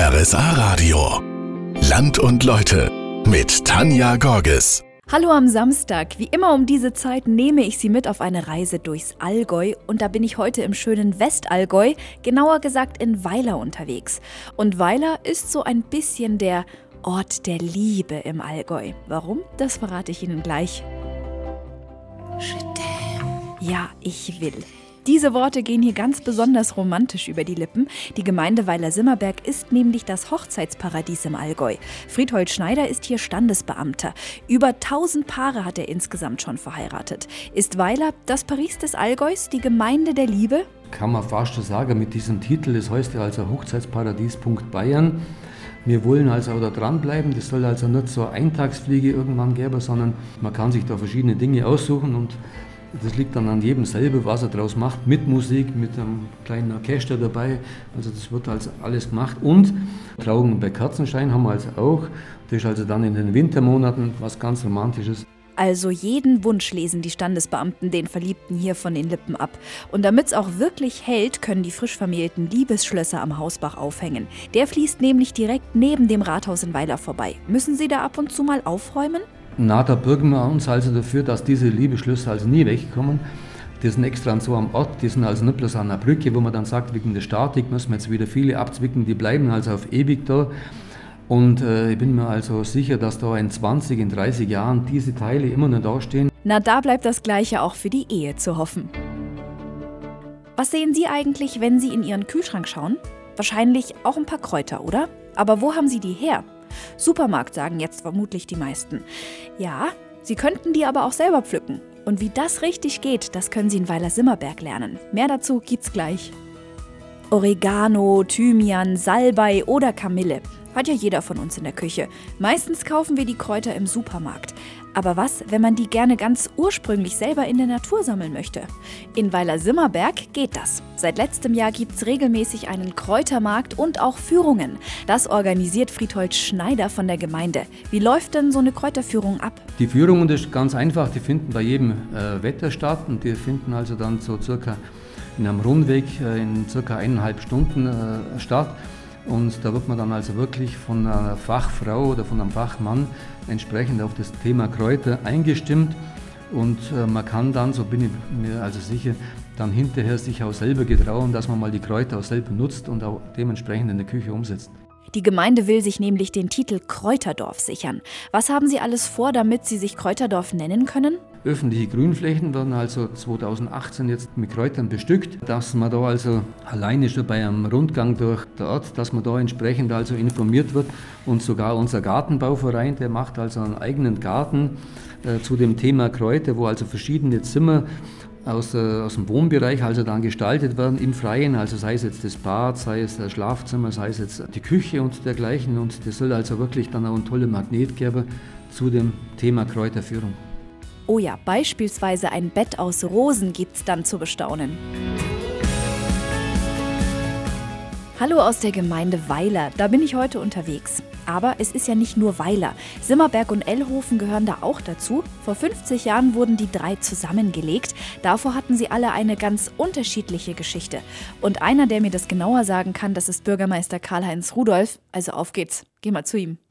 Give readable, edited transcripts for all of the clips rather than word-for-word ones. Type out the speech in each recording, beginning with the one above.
RSA Radio. Land und Leute mit Tanja Gorges. Hallo am Samstag. Wie immer um diese Zeit nehme ich Sie mit auf eine Reise durchs Allgäu. Und da bin ich heute im schönen Westallgäu, genauer gesagt in Weiler unterwegs. Und Weiler ist so ein bisschen der Ort der Liebe im Allgäu. Warum? Das verrate ich Ihnen gleich. Ja, ich will. Diese Worte gehen hier ganz besonders romantisch über die Lippen. Die Gemeinde Weiler-Simmerberg ist nämlich das Hochzeitsparadies im Allgäu. Friedhold Schneider ist hier Standesbeamter. Über 1000 Paare hat er insgesamt schon verheiratet. Ist Weiler das Paris des Allgäus, die Gemeinde der Liebe? Kann man fast so sagen mit diesem Titel, das heißt ja also Hochzeitsparadies Bayern. Wir wollen also auch da dranbleiben, das soll also nicht so eine Eintagsfliege irgendwann geben, sondern man kann sich da verschiedene Dinge aussuchen und das liegt dann an jedem selber, was er daraus macht, mit Musik, mit einem kleinen Orchester dabei. Also das wird also alles gemacht. Und Trauungen bei Kerzenschein haben wir also auch. Das ist also dann in den Wintermonaten was ganz Romantisches. Also jeden Wunsch lesen die Standesbeamten den Verliebten hier von den Lippen ab. Und damit es auch wirklich hält, können die frisch vermählten Liebesschlösser am Hausbach aufhängen. Der fließt nämlich direkt neben dem Rathaus in Weiler vorbei. Müssen Sie da ab und zu mal aufräumen? Na, da bürgen wir uns also dafür, dass diese Liebesschlösser also nie wegkommen. Die sind extra so am Ort, die sind also nicht bloß an der Brücke, wo man dann sagt, wegen der Statik müssen wir jetzt wieder viele abzwicken, die bleiben also auf ewig da. Und ich bin mir also sicher, dass da in 20, in 30 Jahren diese Teile immer noch dastehen. Na, da bleibt das Gleiche auch für die Ehe zu hoffen. Was sehen Sie eigentlich, wenn Sie in Ihren Kühlschrank schauen? Wahrscheinlich auch ein paar Kräuter, oder? Aber wo haben Sie die her? Supermarkt, sagen jetzt vermutlich die meisten. Ja, Sie könnten die aber auch selber pflücken. Und wie das richtig geht, das können Sie in Weiler-Simmerberg lernen. Mehr dazu gibt's gleich. Oregano, Thymian, Salbei oder Kamille. Hat ja jeder von uns in der Küche. Meistens kaufen wir die Kräuter im Supermarkt. Aber was, wenn man die gerne ganz ursprünglich selber in der Natur sammeln möchte? In Weiler-Simmerberg geht das. Seit letztem Jahr gibt's regelmäßig einen Kräutermarkt und auch Führungen. Das organisiert Friedhold Schneider von der Gemeinde. Wie läuft denn so eine Kräuterführung ab? Die Führungen ist ganz einfach, die finden bei jedem Wetter statt und die finden also dann so circa in einem Rundweg in circa 1,5 Stunden statt. Und da wird man dann also wirklich von einer Fachfrau oder von einem Fachmann entsprechend auf das Thema Kräuter eingestimmt. Und man kann dann, so bin ich mir also sicher, dann hinterher sich auch selber getrauen, dass man mal die Kräuter auch selber nutzt und auch dementsprechend in der Küche umsetzt. Die Gemeinde will sich nämlich den Titel Kräuterdorf sichern. Was haben Sie alles vor, damit Sie sich Kräuterdorf nennen können? Öffentliche Grünflächen werden also 2018 jetzt mit Kräutern bestückt, dass man da also alleine schon bei einem Rundgang durch den Ort, dass man da entsprechend also informiert wird. Und sogar unser Gartenbauverein, der macht also einen eigenen Garten zu dem Thema Kräuter, wo also verschiedene Zimmer aus dem Wohnbereich also dann gestaltet werden im Freien, also sei es jetzt das Bad, sei es das Schlafzimmer, sei es jetzt die Küche und dergleichen. Und das soll also wirklich dann auch ein toller Magnet geben zu dem Thema Kräuterführung. Oh ja, beispielsweise ein Bett aus Rosen gibt's dann zu bestaunen. Hallo aus der Gemeinde Weiler, da bin ich heute unterwegs. Aber es ist ja nicht nur Weiler. Simmerberg und Ellhofen gehören da auch dazu. Vor 50 Jahren wurden die 3 zusammengelegt. Davor hatten sie alle eine ganz unterschiedliche Geschichte. Und einer, der mir das genauer sagen kann, das ist Bürgermeister Karl-Heinz Rudolph. Also auf geht's, geh mal zu ihm.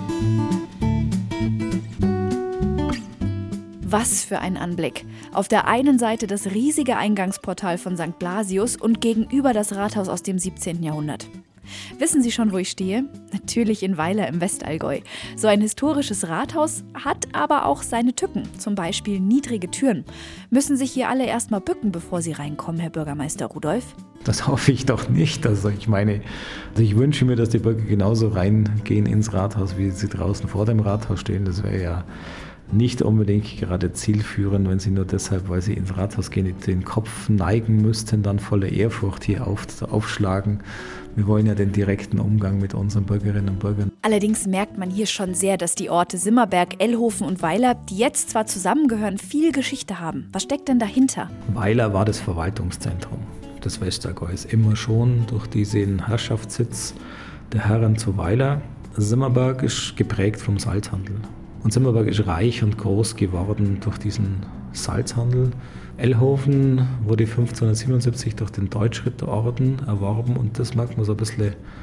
Was für ein Anblick. Auf der einen Seite das riesige Eingangsportal von St. Blasius und gegenüber das Rathaus aus dem 17. Jahrhundert. Wissen Sie schon, wo ich stehe? Natürlich in Weiler im Westallgäu. So ein historisches Rathaus hat aber auch seine Tücken, zum Beispiel niedrige Türen. Müssen sich hier alle erstmal bücken, bevor sie reinkommen, Herr Bürgermeister Rudolph? Das hoffe ich doch nicht. Also ich wünsche mir, dass die Bürger genauso reingehen ins Rathaus, wie sie draußen vor dem Rathaus stehen. Das wäre ja nicht unbedingt gerade zielführend, wenn sie nur deshalb, weil sie ins Rathaus gehen, den Kopf neigen müssten, dann voller Ehrfurcht hier aufschlagen. Wir wollen ja den direkten Umgang mit unseren Bürgerinnen und Bürgern. Allerdings merkt man hier schon sehr, dass die Orte Simmerberg, Ellhofen und Weiler, die jetzt zwar zusammengehören, viel Geschichte haben. Was steckt denn dahinter? Weiler war das Verwaltungszentrum des Westallgäus, immer schon durch diesen Herrschaftssitz der Herren zu Weiler. Simmerberg ist geprägt vom Salzhandel. Und Simmerberg ist reich und groß geworden durch diesen Salzhandel. Ellhofen wurde 1577 durch den Deutschritterorden erworben und das mag man so ein bisschen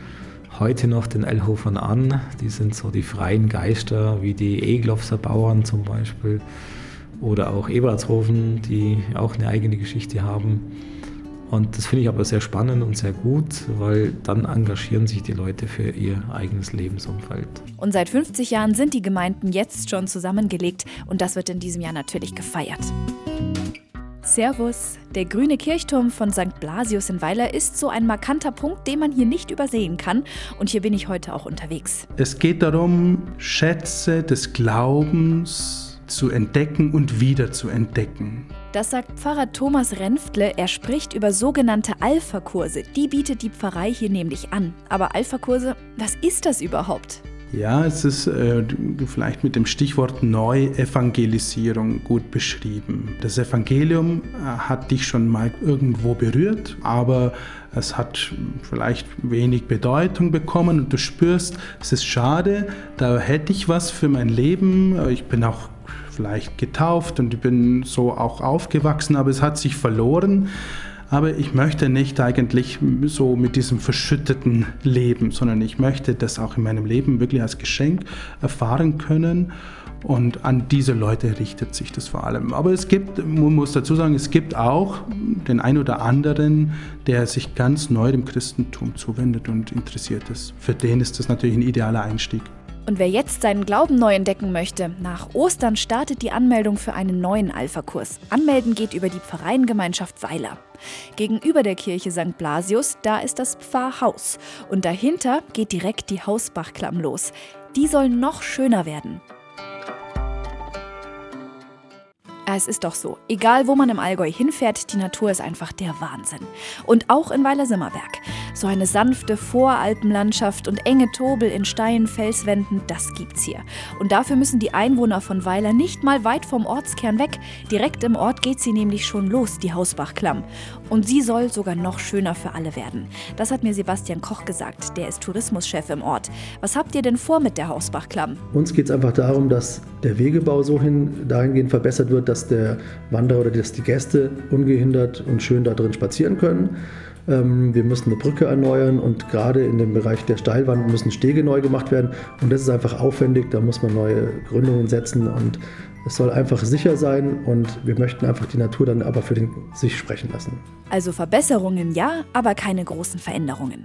heute noch den Ellhofern an. Die sind so die freien Geister, wie die Eglofser Bauern zum Beispiel. Oder auch Ebertshofen, die auch eine eigene Geschichte haben. Und das finde ich aber sehr spannend und sehr gut, weil dann engagieren sich die Leute für ihr eigenes Lebensumfeld. Und seit 50 Jahren sind die Gemeinden jetzt schon zusammengelegt und das wird in diesem Jahr natürlich gefeiert. Servus! Der grüne Kirchturm von St. Blasius in Weiler ist so ein markanter Punkt, den man hier nicht übersehen kann. Und hier bin ich heute auch unterwegs. Es geht darum, Schätze des Glaubens zu entdecken und wieder zu entdecken. Das sagt Pfarrer Thomas Renftle. Er spricht über sogenannte Alpha-Kurse. Die bietet die Pfarrei hier nämlich an. Aber Alpha-Kurse, was ist das überhaupt? Ja, es ist vielleicht mit dem Stichwort Neuevangelisierung gut beschrieben. Das Evangelium hat dich schon mal irgendwo berührt, aber es hat vielleicht wenig Bedeutung bekommen und du spürst, es ist schade, da hätte ich was für mein Leben. Ich bin auch vielleicht getauft und ich bin so auch aufgewachsen, aber es hat sich verloren. Aber ich möchte nicht eigentlich so mit diesem verschütteten Leben, sondern ich möchte das auch in meinem Leben wirklich als Geschenk erfahren können. Und an diese Leute richtet sich das vor allem. Aber man muss dazu sagen, es gibt auch den einen oder anderen, der sich ganz neu dem Christentum zuwendet und interessiert ist. Für den ist das natürlich ein idealer Einstieg. Und wer jetzt seinen Glauben neu entdecken möchte, nach Ostern startet die Anmeldung für einen neuen Alpha-Kurs. Anmelden geht über die Pfarreiengemeinschaft Weiler. Gegenüber der Kirche St. Blasius, da ist das Pfarrhaus. Und dahinter geht direkt die Hausbachklamm los. Die soll noch schöner werden. Es ist doch so, egal wo man im Allgäu hinfährt, die Natur ist einfach der Wahnsinn. Und auch in Weiler-Simmerberg. So eine sanfte Voralpenlandschaft und enge Tobel in steilen Felswänden, das gibt's hier. Und dafür müssen die Einwohner von Weiler nicht mal weit vom Ortskern weg. Direkt im Ort geht sie nämlich schon los, die Hausbachklamm. Und sie soll sogar noch schöner für alle werden. Das hat mir Sebastian Koch gesagt, der ist Tourismuschef im Ort. Was habt ihr denn vor mit der Hausbachklamm? Uns geht es einfach darum, dass der Wegebau so dahingehend verbessert wird, dass der Wanderer oder dass die Gäste ungehindert und schön da drin spazieren können. Wir müssen eine Brücke erneuern und gerade in dem Bereich der Steilwand müssen Stege neu gemacht werden. Und das ist einfach aufwendig, da muss man neue Gründungen setzen und es soll einfach sicher sein und wir möchten einfach die Natur dann aber für sich sprechen lassen. Also Verbesserungen ja, aber keine großen Veränderungen.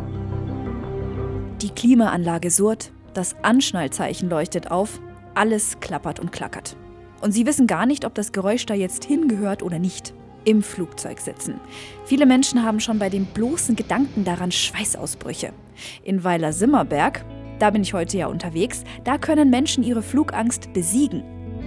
Die Klimaanlage surrt, das Anschnallzeichen leuchtet auf, alles klappert und klackert. Und sie wissen gar nicht, ob das Geräusch da jetzt hingehört oder nicht. Im Flugzeug sitzen. Viele Menschen haben schon bei dem bloßen Gedanken daran Schweißausbrüche. In Weiler-Simmerberg, da bin ich heute ja unterwegs, da können Menschen ihre Flugangst besiegen.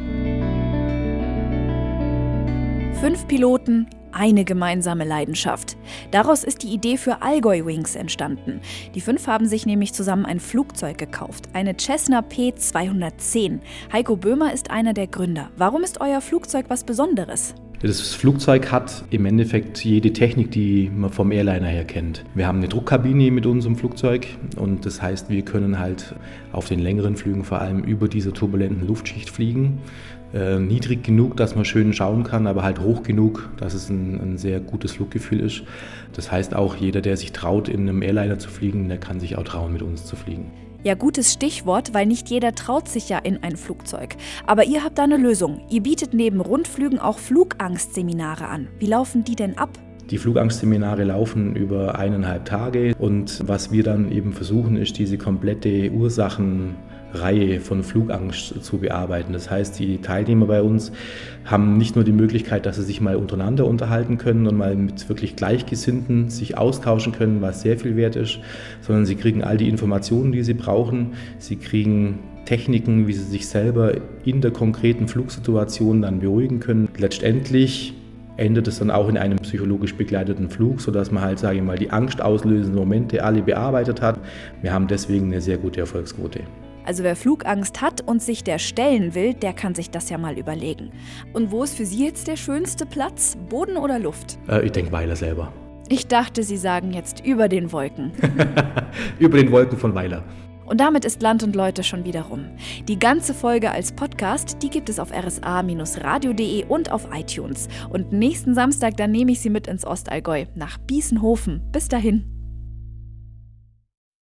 5 Piloten, eine gemeinsame Leidenschaft. Daraus ist die Idee für Allgäu Wings entstanden. Die 5 haben sich nämlich zusammen ein Flugzeug gekauft, eine Cessna P210. Heiko Böhmer ist einer der Gründer. Warum ist euer Flugzeug was Besonderes? Das Flugzeug hat im Endeffekt jede Technik, die man vom Airliner her kennt. Wir haben eine Druckkabine mit unserem Flugzeug und das heißt, wir können halt auf den längeren Flügen vor allem über dieser turbulenten Luftschicht fliegen. Niedrig genug, dass man schön schauen kann, aber halt hoch genug, dass es ein sehr gutes Fluggefühl ist. Das heißt auch, jeder, der sich traut, in einem Airliner zu fliegen, der kann sich auch trauen, mit uns zu fliegen. Ja, gutes Stichwort, weil nicht jeder traut sich ja in ein Flugzeug. Aber ihr habt da eine Lösung. Ihr bietet neben Rundflügen auch Flugangstseminare an. Wie laufen die denn ab? Die Flugangstseminare laufen über 1,5 Tage und was wir dann eben versuchen, ist diese komplette Ursachenreihe von Flugangst zu bearbeiten. Das heißt, die Teilnehmer bei uns haben nicht nur die Möglichkeit, dass sie sich mal untereinander unterhalten können und mal mit wirklich Gleichgesinnten sich austauschen können, was sehr viel wert ist, sondern sie kriegen all die Informationen, die sie brauchen. Sie kriegen Techniken, wie sie sich selber in der konkreten Flugsituation dann beruhigen können. Letztendlich endet es dann auch in einem psychologisch begleiteten Flug, sodass man halt, sage ich mal, die angstauslösenden Momente alle bearbeitet hat. Wir haben deswegen eine sehr gute Erfolgsquote. Also wer Flugangst hat und sich der stellen will, der kann sich das ja mal überlegen. Und wo ist für Sie jetzt der schönste Platz? Boden oder Luft? Ich denke Weiler selber. Ich dachte, Sie sagen jetzt über den Wolken. Über den Wolken von Weiler. Und damit ist Land und Leute schon wieder rum. Die ganze Folge als Podcast, die gibt es auf rsa-radio.de und auf iTunes. Und nächsten Samstag, dann nehme ich Sie mit ins Ostallgäu, nach Biesenhofen. Bis dahin.